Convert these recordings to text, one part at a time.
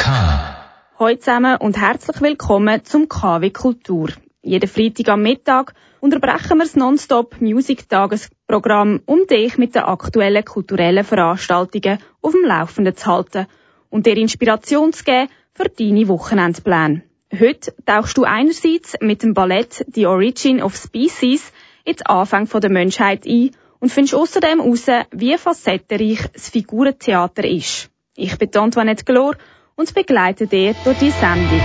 Hallo zusammen und herzlich willkommen zum KW Kultur. Jeden Freitag am Mittag unterbrechen wir das Non-Stop-Music-Tagesprogramm, um dich mit den aktuellen kulturellen Veranstaltungen auf dem Laufenden zu halten und dir Inspiration zu geben für deine Wochenendpläne. Heute tauchst du einerseits mit dem Ballett The Origin of Species in den Anfang der Menschheit ein und findest außerdem heraus, wie facettenreich das Figurentheater ist. Ich bin Antoinette Glor und begleite dich durch die Sendung.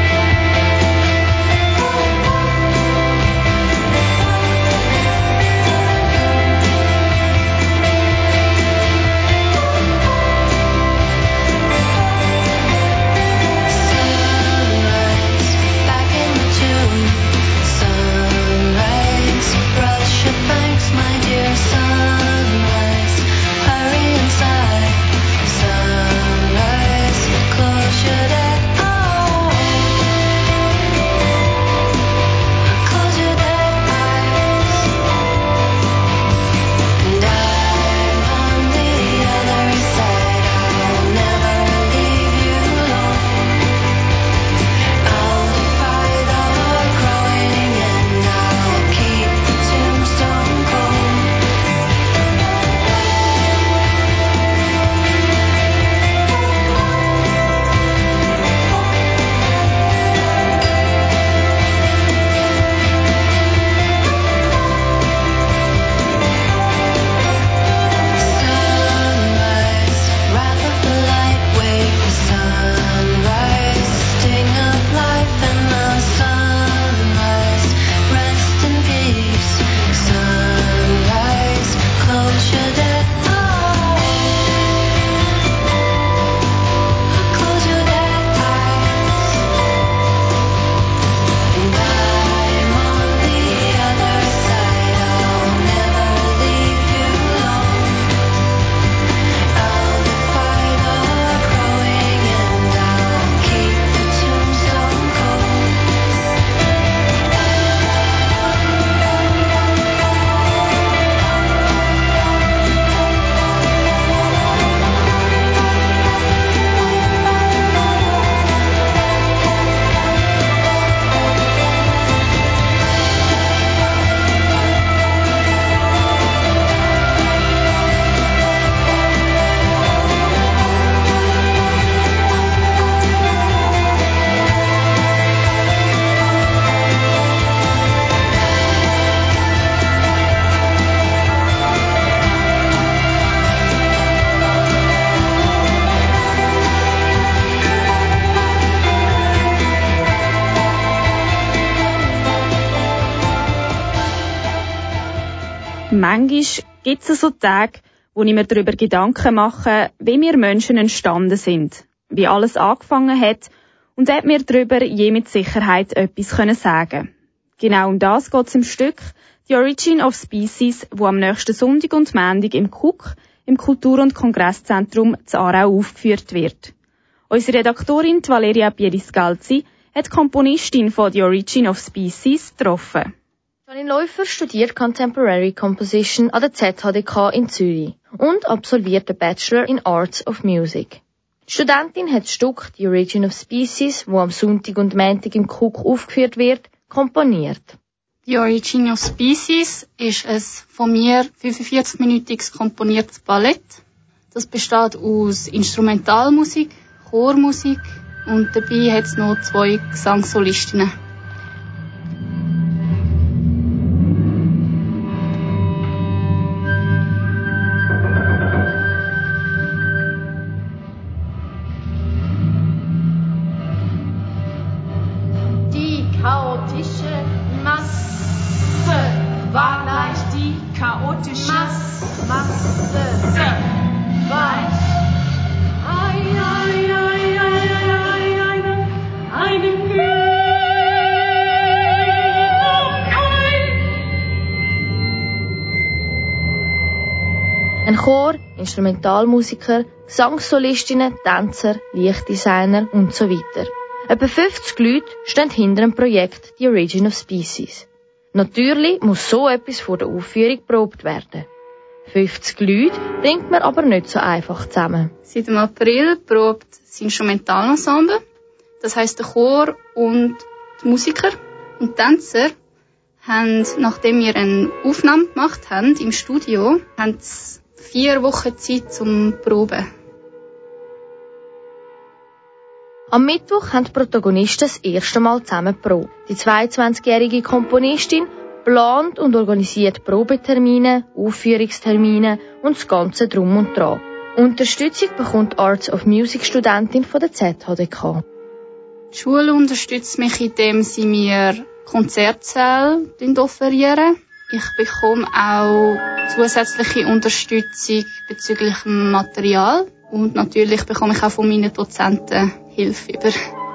Manchmal gibt es so Tage, wo ich mir darüber Gedanken mache, wie wir Menschen entstanden sind, wie alles angefangen hat und ob wir darüber je mit Sicherheit etwas sagen können. Genau um das geht es im Stück The Origin of Species, wo am nächsten Sonntag und Montag im KUK, im Kultur- und Kongresszentrum zu Aarau aufgeführt wird. Unsere Redaktorin Valeria Pieriscalzi hat die Komponistin von The Origin of Species getroffen. Janine Läufer studiert Contemporary Composition an der ZHDK in Zürich und absolviert den Bachelor in Arts of Music. Die Studentin hat das Stück The Origin of Species, wo am Sonntag und Montag im KUK aufgeführt wird, komponiert. The Origin of Species ist ein von mir 45-minütiges komponiertes Ballett. Das besteht aus Instrumentalmusik, Chormusik und dabei hat es noch 2 Gesangssolistinnen. Chaotische Masse war gleich die chaotische Masse. Weil ein Chor, Instrumentalmusiker, Gesangssolistinnen, Tänzer, Lichtdesigner und so weiter. Etwa 50 Leute stehen hinter dem Projekt The Origin of Species. Natürlich muss so etwas vor der Aufführung geprobt werden. 50 Leute bringt man aber nicht so einfach zusammen. Seit dem April probt das Instrumentalensemble, das heisst der Chor und die Musiker und die Tänzer, haben, nachdem wir eine Aufnahme gemacht haben im Studio, haben sie 4 Wochen Zeit zum Proben. Am Mittwoch haben die Protagonisten das erste Mal zusammen geprobt. Die 22-jährige Komponistin plant und organisiert Probetermine, Aufführungstermine und das Ganze drum und dran. Unterstützung bekommt die Arts of Music Studentin von der ZHDK. Die Schule unterstützt mich, indem sie mir Konzertsäle offerieren. Ich bekomme auch zusätzliche Unterstützung bezüglich dem Material und natürlich bekomme ich auch von meinen Dozenten Hilfe über.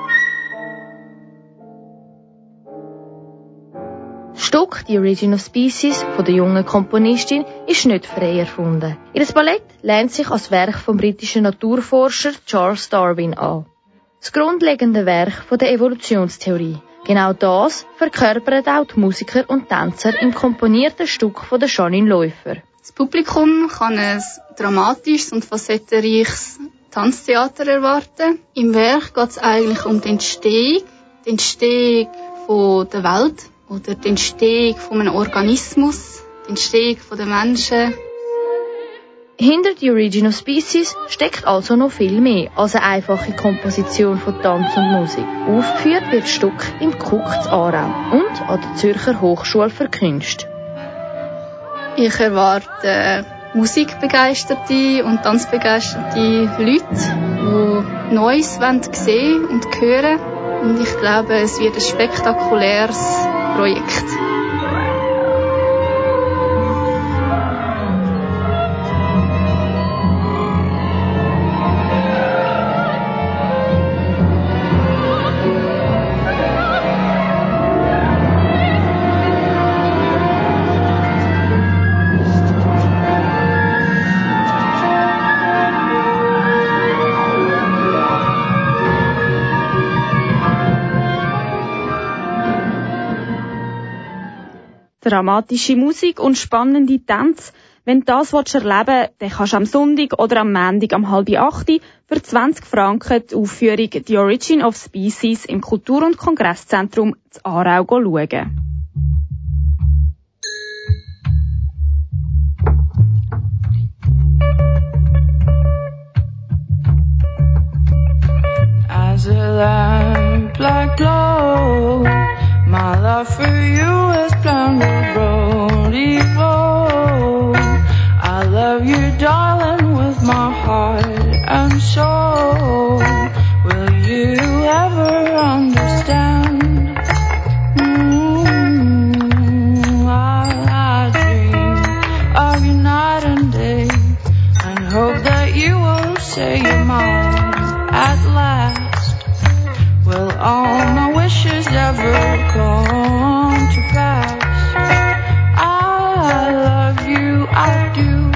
Das Stück «The Origin of Species» von der jungen Komponistin ist nicht frei erfunden. Ihr Ballett lehnt sich als Werk vom britischen Naturforscher Charles Darwin an. Das grundlegende Werk von der Evolutionstheorie. Genau das verkörpern auch die Musiker und Tänzer im komponierten Stück von der Janine Läufer. Das Publikum kann ein dramatisches und facettenreiches Tanztheater erwarten. Im Werk geht es eigentlich um die Entstehung von der Welt oder die Entstehung von einem Organismus, die Entstehung der Menschen. Hinter «The Origin of Species» steckt also noch viel mehr als eine einfache Komposition von Tanz und Musik. Aufgeführt wird das Stück im KUK zu Aarau und an der Zürcher Hochschule für Künste. Ich erwarte musikbegeisterte und tanzbegeisterte Leute, die Neues sehen und hören. Und ich glaube, es wird ein spektakuläres Projekt. Dramatische Musik und spannende Tänze. Wenn du das erleben willst, dann kannst du am Sonntag oder am Montag um 7:30 für 20 Franken die Aufführung «The Origin of Species» im Kultur- und Kongresszentrum zu Aarau schauen. As a lamp like glow, my love for you is blind with road evil. I love you, darling, with my heart and soul. Will you ever understand? I dream of you night and day and hope that you will say you're mine at last. Will all my wishes ever come to pass? I love you, I do.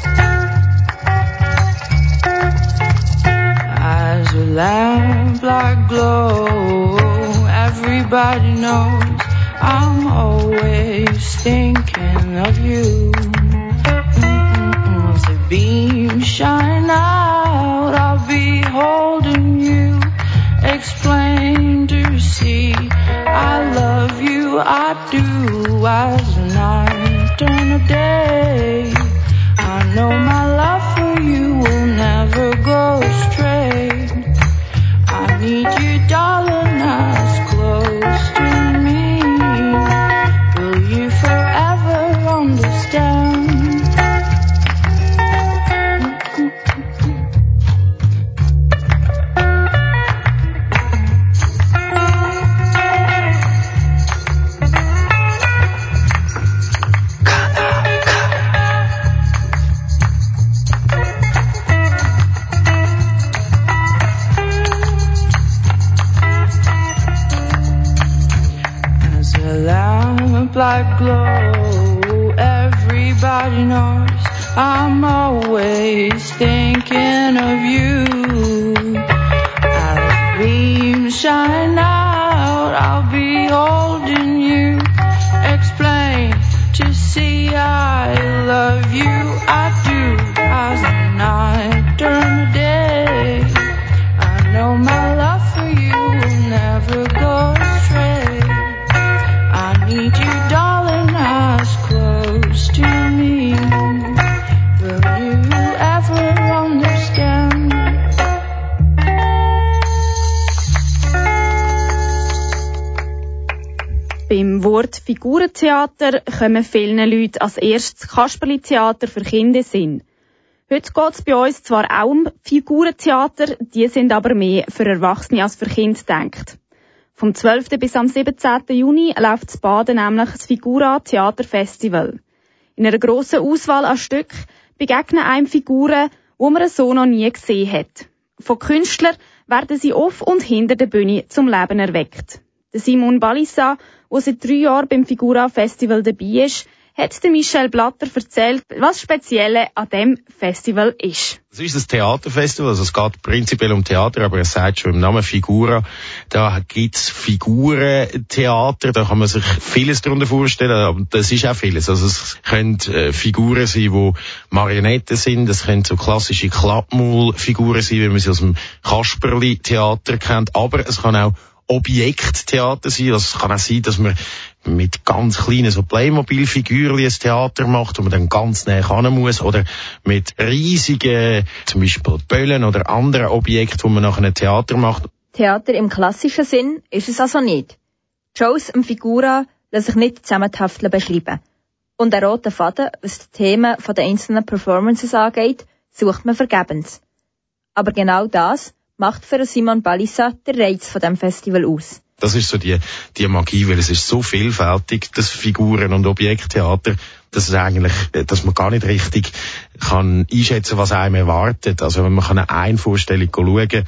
As a lamplight glow, everybody knows I'm always thinking of you. As the beams shine out, I'll be holding you. Explain to see I love you, I do. As the night turn a day, I know my love for you will never go straight. I need you, darling, as close to me. Will you forever understand? Like glow, everybody knows I'm always thinking of you. As beams shine out, I'll be holding you. Explain to see I love you. Wort Figurentheater kommen vielen Leuten als erstes Kasperli-Theater für Kinder Sinn. Heute geht es bei uns zwar auch um Figurentheater, die sind aber mehr für Erwachsene als für Kinder gedacht. Vom 12. bis am 17. Juni läuft in Baden nämlich das Figura Theaterfestival. In einer grossen Auswahl an Stücken begegnen einem Figuren, die man so noch nie gesehen hat. Von Künstlern werden sie auf und hinter der Bühne zum Leben erweckt. Der Simon Balissa, der seit 3 Jahren beim Figura Festival dabei ist, hat der Michel Blatter erzählt, was Spezielle an diesem Festival ist. Es ist ein Theaterfestival, also es geht prinzipiell um Theater, aber es sagt schon im Namen Figura. Da gibt's Figurentheater, da kann man sich vieles darunter vorstellen, aber das ist auch vieles. Also es können Figuren sein, die Marionetten sind, es können so klassische Klappmaulfiguren sein, wie man sie aus dem Kasperli-Theater kennt, aber es kann auch Objekttheater sein. Also es kann auch sein, dass man mit ganz kleinen so Playmobil-Figürchen ein Theater macht, wo man dann ganz näher ran muss, oder mit riesigen, zum Beispiel Böllen oder anderen Objekten, wo man nachher ein Theater macht. Theater im klassischen Sinn ist es also nicht. Die Shows im Figura lassen sich nicht zusammenhafteln beschreiben. Und einen roten Faden, was die Themen der einzelnen Performances angeht, sucht man vergebens. Aber genau das macht für Simon Balissa den Reiz von diesem Festival aus. Das ist so die Magie, weil es ist so vielfältig, das Figuren- und Objekttheater, dass man gar nicht richtig kann einschätzen, was einem erwartet. Also wenn man kann eine Vorstellung schauen,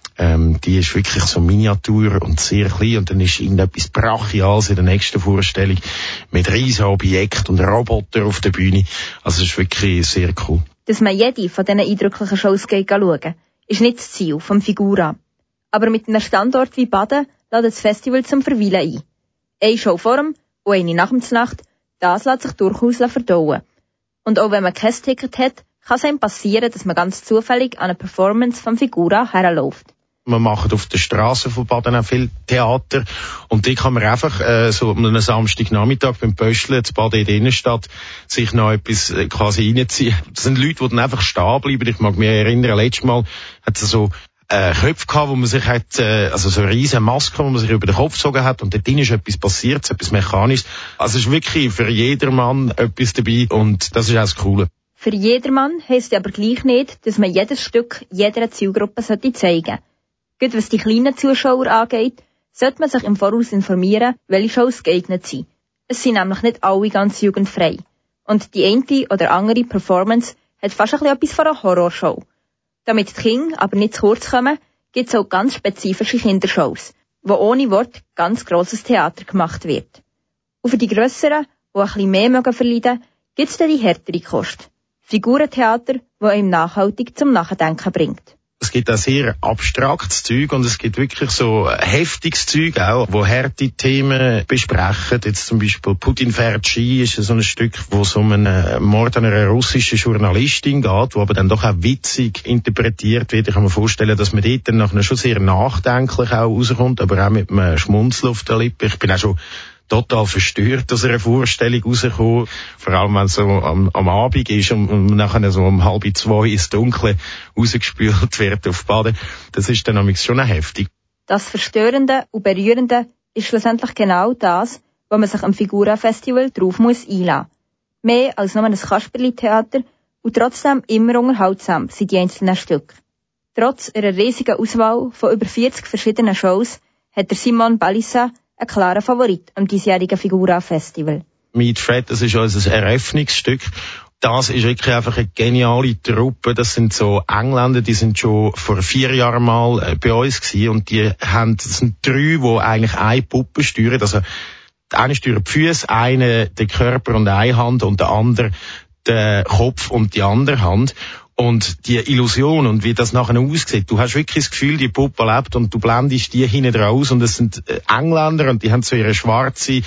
die ist wirklich so Miniatur und sehr klein, und dann ist irgendetwas Brachiales in der nächsten Vorstellung mit riesigen Objekten und Robotern auf der Bühne. Also es ist wirklich sehr cool. Dass man jede von diesen eindrücklichen Shows schauen, ist nicht das Ziel vom Figura. Aber mit einem Standort wie Baden lädt das Festival zum Verweilen ein. Eine Show vor dem und eine nach der Nacht, das lässt sich durchaus verdauen. Und auch wenn man kein Ticket hat, kann es einem passieren, dass man ganz zufällig an eine Performance vom Figura herläuft. Man macht auf der Straße von Baden auch viel Theater, und die kann man einfach so am Samstagnachmittag beim Pöschle zu Baden in der Innenstadt sich noch etwas quasi reinziehen. Das sind Leute, die dann einfach stehen bleiben. Ich mag mich erinnern, letztes Mal hat es so Köpfe gehabt, wo man sich also so eine riesen Maske, wo man sich über den Kopf gezogen hat, und dort drin ist etwas passiert, etwas Mechanisches. Also es ist wirklich für jedermann etwas dabei, und das ist auch das Coole. Für jedermann heisst aber gleich nicht, dass man jedes Stück jeder Zielgruppe zeigen sollte. Gerade was die kleinen Zuschauer angeht, sollte man sich im Voraus informieren, welche Shows geeignet sind. Es sind nämlich nicht alle ganz jugendfrei. Und die eine oder andere Performance hat fast ein bisschen etwas von einer Horrorshow. Damit die Kinder aber nicht zu kurz kommen, gibt es auch ganz spezifische Kindershows, wo ohne Wort ganz grosses Theater gemacht wird. Und für die Grösseren, die ein bisschen mehr verleiden mögen, gibt es dann die härtere Kost. Figurentheater, das einem nachhaltig zum Nachdenken bringt. Es gibt auch sehr abstraktes Zeug, und es gibt wirklich so heftiges Zeug auch, wo harte Themen besprechen. Jetzt zum Beispiel Putin fährt Ski ist so ein Stück, wo es um einen Mord an einer russischen Journalistin geht, wo aber dann doch auch witzig interpretiert wird. Ich kann mir vorstellen, dass man dort dann nachher schon sehr nachdenklich auch rauskommt, aber auch mit einem Schmunzel auf der Lippe. Ich bin auch schon total verstört aus einer Vorstellung rausgekommen. Vor allem, wenn es so am Abend ist und nachher so um 1:30 ins Dunkle rausgespült wird auf Baden. Das ist dann nämlich schon heftig. Das Verstörende und Berührende ist schlussendlich genau das, wo man sich am Figura-Festival drauf muss einlassen. Mehr als nur ein Kasperli-Theater und trotzdem immer unterhaltsam sind die einzelnen Stücke. Trotz einer riesigen Auswahl von über 40 verschiedenen Shows hat der Simon Balissa ein klarer Favorit am diesjährigen Figura-Festival. Meet Fred, das ist unser Eröffnungsstück. Das ist wirklich einfach eine geniale Truppe. Das sind so Engländer, die sind schon vor 4 Jahren mal bei uns gewesen, und das sind 3, die eigentlich eine Puppe steuern. Also, der eine steuert die Füße, eine den Körper und eine Hand, und der andere den Kopf und die andere Hand. Und die Illusion und wie das nachher aussieht, du hast wirklich das Gefühl, die Puppe lebt, und du blendest die hinten draus, und es sind Engländer, und die haben so ihren schwarzen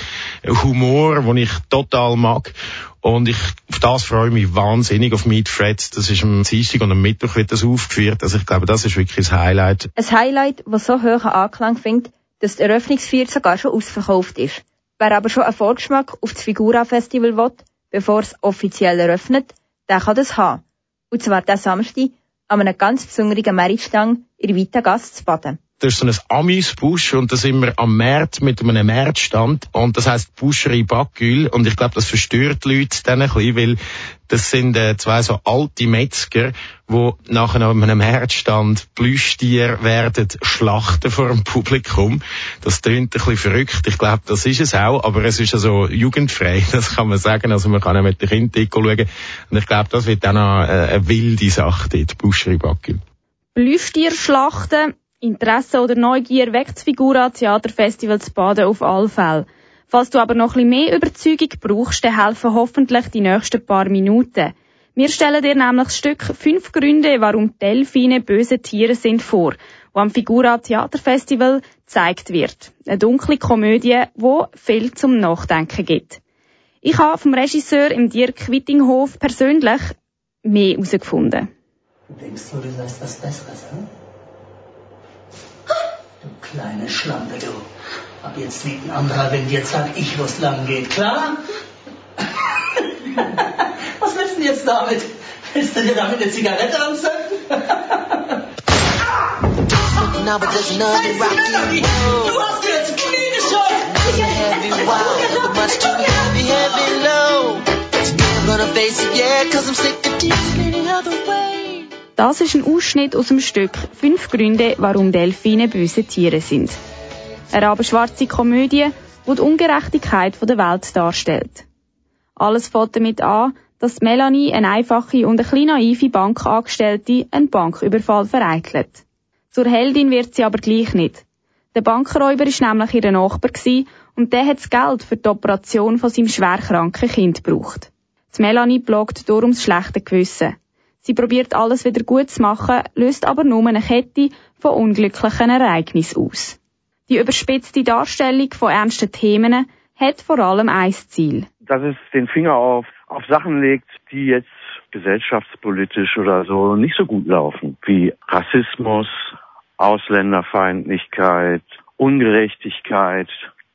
Humor, den ich total mag. Und auf das freue ich mich wahnsinnig, auf Meet Fred. Das ist am Dienstag und am Mittwoch wird das aufgeführt. Also ich glaube, das ist wirklich das Highlight. Ein Highlight, das so hoch Anklang findet, dass die Eröffnungsfeier sogar schon ausverkauft ist. Wer aber schon einen Vorgeschmack auf das Figura-Festival will, bevor es offiziell eröffnet, der kann das haben. Und zwar diesen Samstag an einem ganz besonderen Meritstang in der Weiten Gasse zu Baden. Das ist so ein Amüsbusch und da sind wir am Markt mit einem Marktstand und das heisst Boucherie Bacül und ich glaube, das verstört die Leute dann ein bisschen, weil das sind zwei so alte Metzger, die nachher an einem Marktstand Plüschtiere werden schlachten vor dem Publikum. Das klingt ein bisschen verrückt, ich glaube, das ist es auch, aber es ist also jugendfrei, das kann man sagen, also man kann auch mit den Kindern schauen und ich glaube, das wird dann auch eine wilde Sache dort, Boucherie Bacül. Plüschtiere schlachten, Interesse oder Neugier weckt das Figura Theaterfestival zu Baden auf alle Fälle. Falls du aber noch ein bisschen mehr Überzeugung brauchst, dann helfen hoffentlich die nächsten paar Minuten. Wir stellen dir nämlich das Stück 5 Gründe, warum Delfine böse Tiere sind vor, wo am Figura Theaterfestival gezeigt wird. Eine dunkle Komödie, die viel zum Nachdenken gibt. Ich habe vom Regisseur im Dirk Wittinghof persönlich mehr herausgefunden. Denkst du, du sagst was Besseres, hm? Du kleine Schlampe, du. Ab jetzt liegt ein anderer, wenn dir sagt, ich, wo's lang geht, klar? Was willst du denn jetzt damit? Willst du dir damit eine Zigarette anzünden? Du hast jetzt Knie geschossen! Das ist ein Ausschnitt aus dem Stück 5 Gründe, warum Delfine böse Tiere sind. Eine rabenschwarze Komödie, die die Ungerechtigkeit der Welt darstellt. Alles fängt damit an, dass Melanie, eine einfache und eine kleine naive Bankangestellte, einen Banküberfall vereitelt. Zur Heldin wird sie aber gleich nicht. Der Bankräuber war nämlich ihr Nachbar und der hat das Geld für die Operation von seinem schwerkranken Kind gebraucht. Die Melanie plagt darum das schlechte Gewissen. Sie probiert alles wieder gut zu machen, löst aber nur eine Kette von unglücklichen Ereignissen aus. Die überspitzte Darstellung von ernsten Themen hat vor allem ein Ziel. Dass es den Finger auf Sachen legt, die jetzt gesellschaftspolitisch oder so nicht so gut laufen, wie Rassismus, Ausländerfeindlichkeit, Ungerechtigkeit,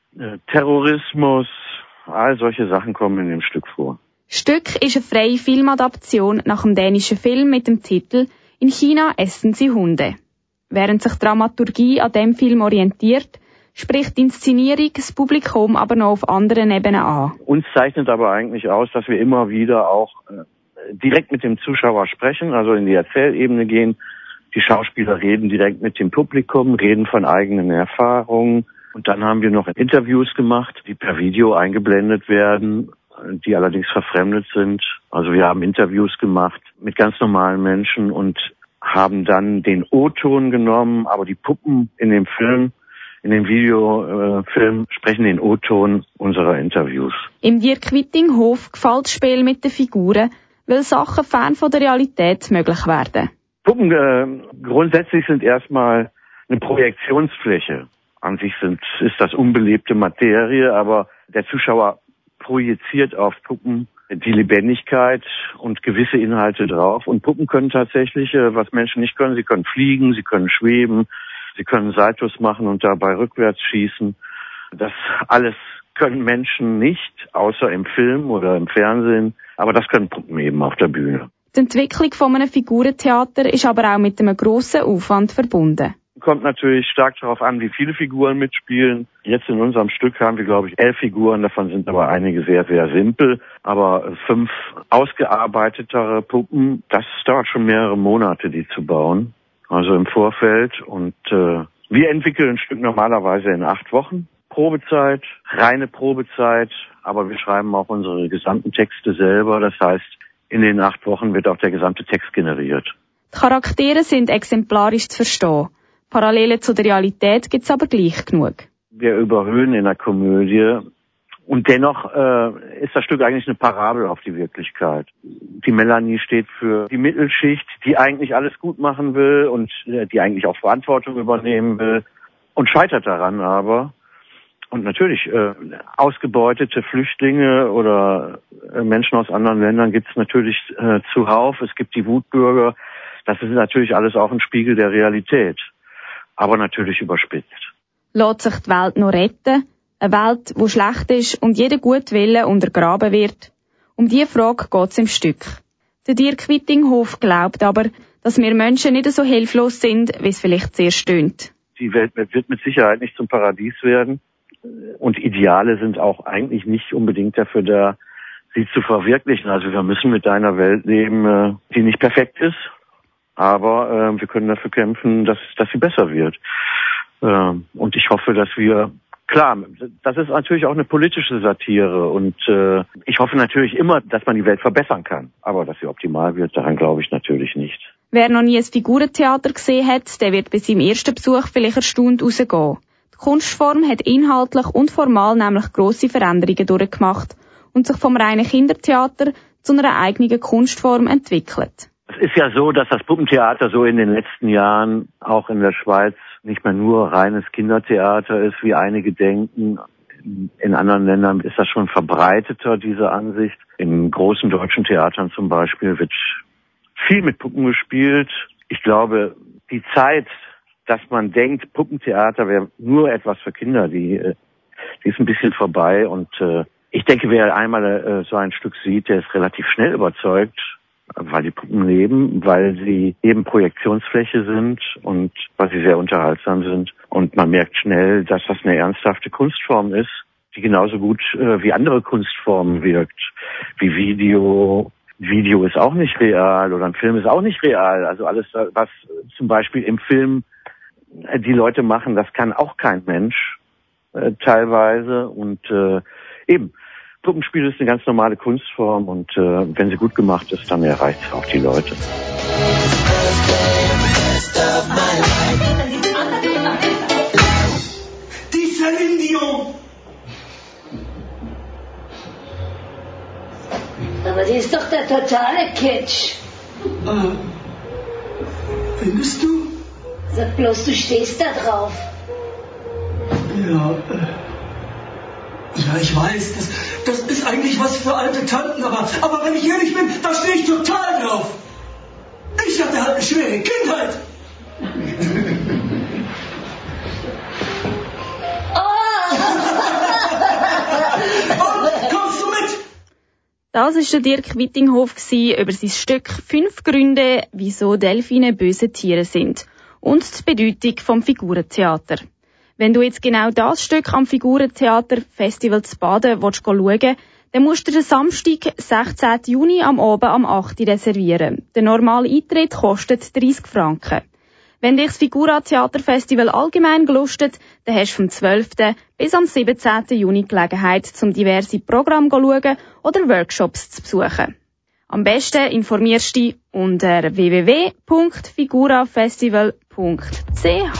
Terrorismus, all solche Sachen kommen in dem Stück vor. Stück ist eine freie Filmadaption nach dem dänischen Film mit dem Titel «In China essen sie Hunde». Während sich die Dramaturgie an dem Film orientiert, spricht die Inszenierung das Publikum aber noch auf anderen Ebenen an. Uns zeichnet aber eigentlich aus, dass wir immer wieder auch direkt mit dem Zuschauer sprechen, also in die Erzählebene gehen. Die Schauspieler reden direkt mit dem Publikum, reden von eigenen Erfahrungen. Und dann haben wir noch Interviews gemacht, die per Video eingeblendet werden, die allerdings verfremdet sind. Also wir haben Interviews gemacht mit ganz normalen Menschen und haben dann den O-Ton genommen, aber die Puppen in dem Film, in dem Videofilm sprechen den O-Ton unserer Interviews. Im Dirk Wittinghof gefällt das Spiel mit den Figuren, weil Sachen fern von der Realität möglich werden. Puppen grundsätzlich sind erstmal eine Projektionsfläche. An sich ist das unbelebte Materie, aber der Zuschauer projiziert auf Puppen die Lebendigkeit und gewisse Inhalte drauf. Und Puppen können tatsächlich, was Menschen nicht können, sie können fliegen, sie können schweben, sie können Saltos machen und dabei rückwärts schießen. Das alles können Menschen nicht, außer im Film oder im Fernsehen. Aber das können Puppen eben auf der Bühne. Die Entwicklung von einem Figurentheater ist aber auch mit einem grossen Aufwand verbunden. Kommt natürlich stark darauf an, wie viele Figuren mitspielen. Jetzt in unserem Stück haben wir, glaube ich, 11 Figuren. Davon sind aber einige sehr, sehr simpel. Aber 5 ausgearbeitetere Puppen, das dauert schon mehrere Monate, die zu bauen. Also im Vorfeld. Und wir entwickeln ein Stück normalerweise in 8 Wochen. Probezeit, reine Probezeit. Aber wir schreiben auch unsere gesamten Texte selber. Das heißt, in den 8 Wochen wird auch der gesamte Text generiert. Die Charaktere sind exemplarisch zu verstehen. Parallelen zu der Realität gibt's aber gleich genug. Wir überhöhen in der Komödie und dennoch ist das Stück eigentlich eine Parabel auf die Wirklichkeit. Die Melanie steht für die Mittelschicht, die eigentlich alles gut machen will und die eigentlich auch Verantwortung übernehmen will und scheitert daran aber. Und natürlich ausgebeutete Flüchtlinge oder Menschen aus anderen Ländern gibt's natürlich zuhauf. Es gibt die Wutbürger. Das ist natürlich alles auch ein Spiegel der Realität. Aber natürlich überspitzt. Lässt sich die Welt noch retten? Eine Welt, die schlecht ist und jeder Gutwille untergraben wird? Um diese Frage geht's im Stück. Der Dirk Wittinghof glaubt aber, dass wir Menschen nicht so hilflos sind, wie es vielleicht zuerst stöhnt. Die Welt wird mit Sicherheit nicht zum Paradies werden. Und Ideale sind auch eigentlich nicht unbedingt dafür da, sie zu verwirklichen. Also wir müssen mit einer Welt leben, die nicht perfekt ist, aber wir können dafür kämpfen, dass sie besser wird. Und ich hoffe, dass wir, klar, das ist natürlich auch eine politische Satire und ich hoffe natürlich immer, dass man die Welt verbessern kann. Aber dass sie optimal wird, daran glaube ich natürlich nicht. Wer noch nie ein Figurentheater gesehen hat, der wird bei seinem ersten Besuch vielleicht erstaunt rausgehen. Die Kunstform hat inhaltlich und formal nämlich grosse Veränderungen durchgemacht und sich vom reinen Kindertheater zu einer eigenen Kunstform entwickelt. Es ist ja so, dass das Puppentheater so in den letzten Jahren auch in der Schweiz nicht mehr nur reines Kindertheater ist, wie einige denken. In anderen Ländern ist das schon verbreiteter, diese Ansicht. In großen deutschen Theatern zum Beispiel wird viel mit Puppen gespielt. Ich glaube, die Zeit, dass man denkt, Puppentheater wäre nur etwas für Kinder, die ist ein bisschen vorbei. Und ich denke, wer einmal so ein Stück sieht, der ist relativ schnell überzeugt, weil die Puppen leben, weil sie eben Projektionsfläche sind und weil sie sehr unterhaltsam sind. Und man merkt schnell, dass das eine ernsthafte Kunstform ist, die genauso gut wie andere Kunstformen wirkt, wie Video. Video ist auch nicht real oder ein Film ist auch nicht real. Also alles, was zum Beispiel im Film die Leute machen, das kann auch kein Mensch teilweise. Und eben, Puppenspiel ist eine ganz normale Kunstform und wenn sie gut gemacht ist, dann erreicht es auch die Leute. Dieser Indio! Aber die ist doch der totale Kitsch. Findest du? Sag bloß, du stehst da drauf. Ja, ich weiß, das ist eigentlich was für alte Tanten, aber wenn ich ehrlich bin, da stehe ich total drauf. Ich hatte halt eine schwere Kindheit. Und, kommst du mit? Das war der Dirk Wittinghoff über sein Stück 5 Gründe, wieso Delfine böse Tiere sind und die Bedeutung vom Figurentheater. Wenn du jetzt genau das Stück am Figurentheater Festival zu Baden schauen, dann musst du den Samstag, 16. Juni am Abend am 8. reservieren. Der normale Eintritt kostet 30 Franken. Wenn dich das Figura-Theaterfestival allgemein gelustet, dann hast du vom 12. bis am 17. Juni Gelegenheit, um diverse Programme zu schauen oder Workshops zu besuchen. Am besten informierst du dich unter www.figurafestival.ch.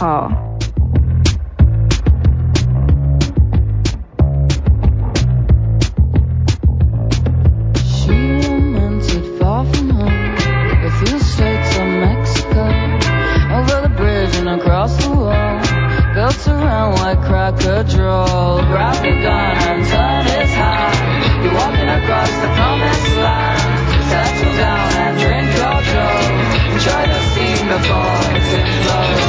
Across the wall, built around white cracker drawl. Grab your gun and turn it high. You're walking across the promised land. Settle down and drink your joe. Enjoy the scene before it implodes.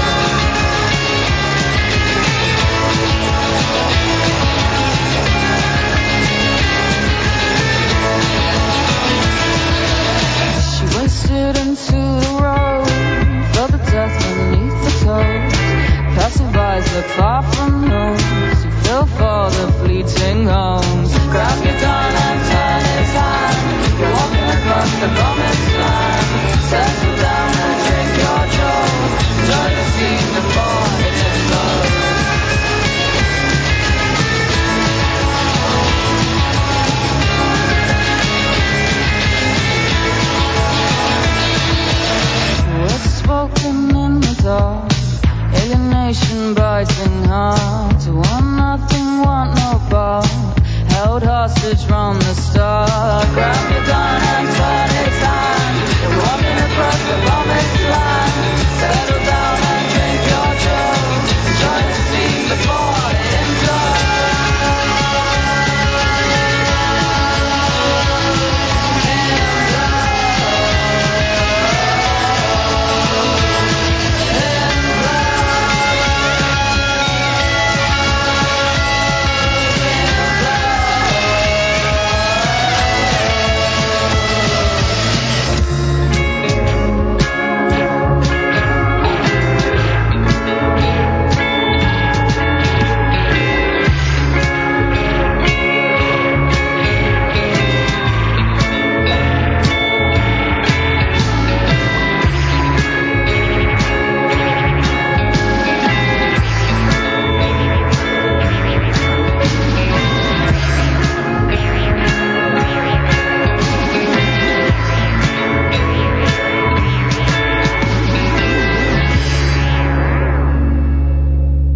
She wasted into the road, felt the death beneath the toes. Passerbys look far from home, so feel for the fleeting homes. Grab your gun and turn it hand. You're walking across the promised land. Settle down and drink your joe. Enjoy the scene before it explodes. Words spoken in the dark, alienation biting hard.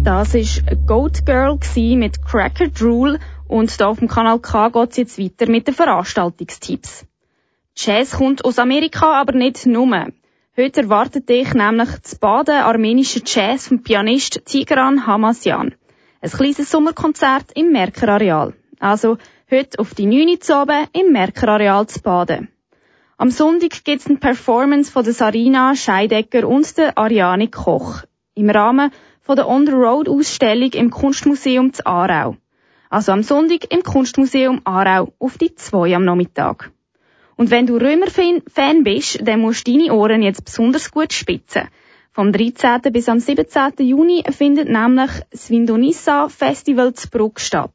Das war Goat Girl mit Cracker Drool und hier auf dem Kanal K geht es jetzt weiter mit den Veranstaltungstipps. Jazz kommt aus Amerika, aber nicht nur. Heute erwartet dich nämlich das Baden armenischer Jazz vom Pianist Tigran Hamasyan. Ein kleines Sommerkonzert im Merker-Areal. Also heute auf die 9 Uhr oben im Merker-Areal zu Baden. Am Sonntag gibt es eine Performance von der Sarina Scheidecker und der Ariane Koch im Rahmen von der On-the-Road-Ausstellung im Kunstmuseum zu Aarau. Also am Sonntag im Kunstmuseum Aarau auf die 2 am Nachmittag. Und wenn du Römer-Fan bist, dann musst du deine Ohren jetzt besonders gut spitzen. Vom 13. bis am 17. Juni findet nämlich das Vindonissa Festival zu Brugg statt.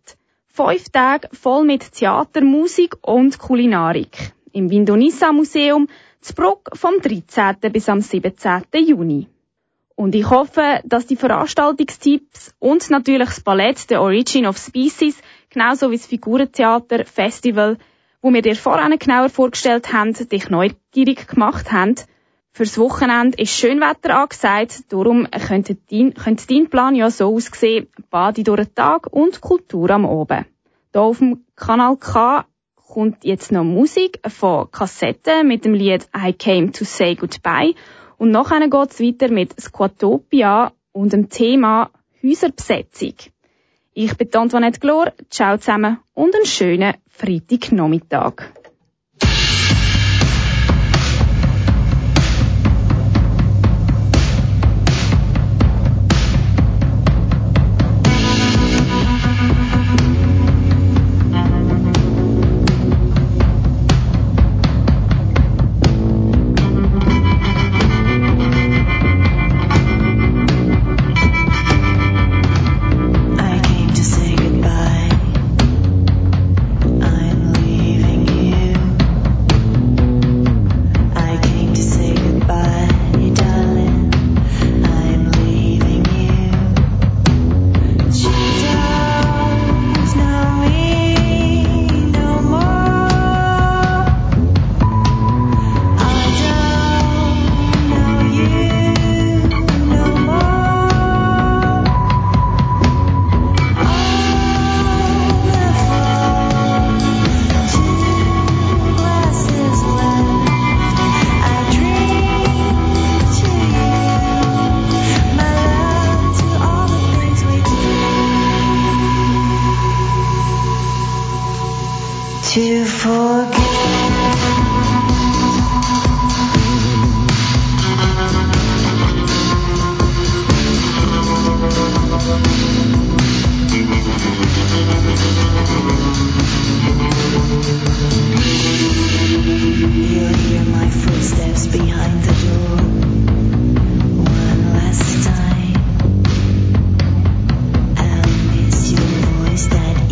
5 Tage voll mit Theater, Musik und Kulinarik. Im Vindonissa Museum zu Brugg vom 13. bis am 17. Juni. Und ich hoffe, dass die Veranstaltungstipps und natürlich das Ballett The Origin of Species, genauso wie das Figurentheater Festival, wo wir dir vorhin genauer vorgestellt haben, dich neugierig gemacht haben. Fürs Wochenende ist Schönwetter angesagt, darum könnte dein Plan ja so aussehen, Bade durch den Tag und Kultur am Abend. Hier auf dem Kanal K kommt jetzt noch Musik von Kassetten mit dem Lied I Came to Say Goodbye und nachher geht's weiter mit Squatopia und dem Thema Häuserbesetzung. Ich bin Antoinette Glor, ciao zusammen und einen schönen Freitagnachmittag.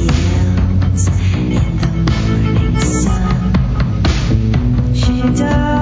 She does.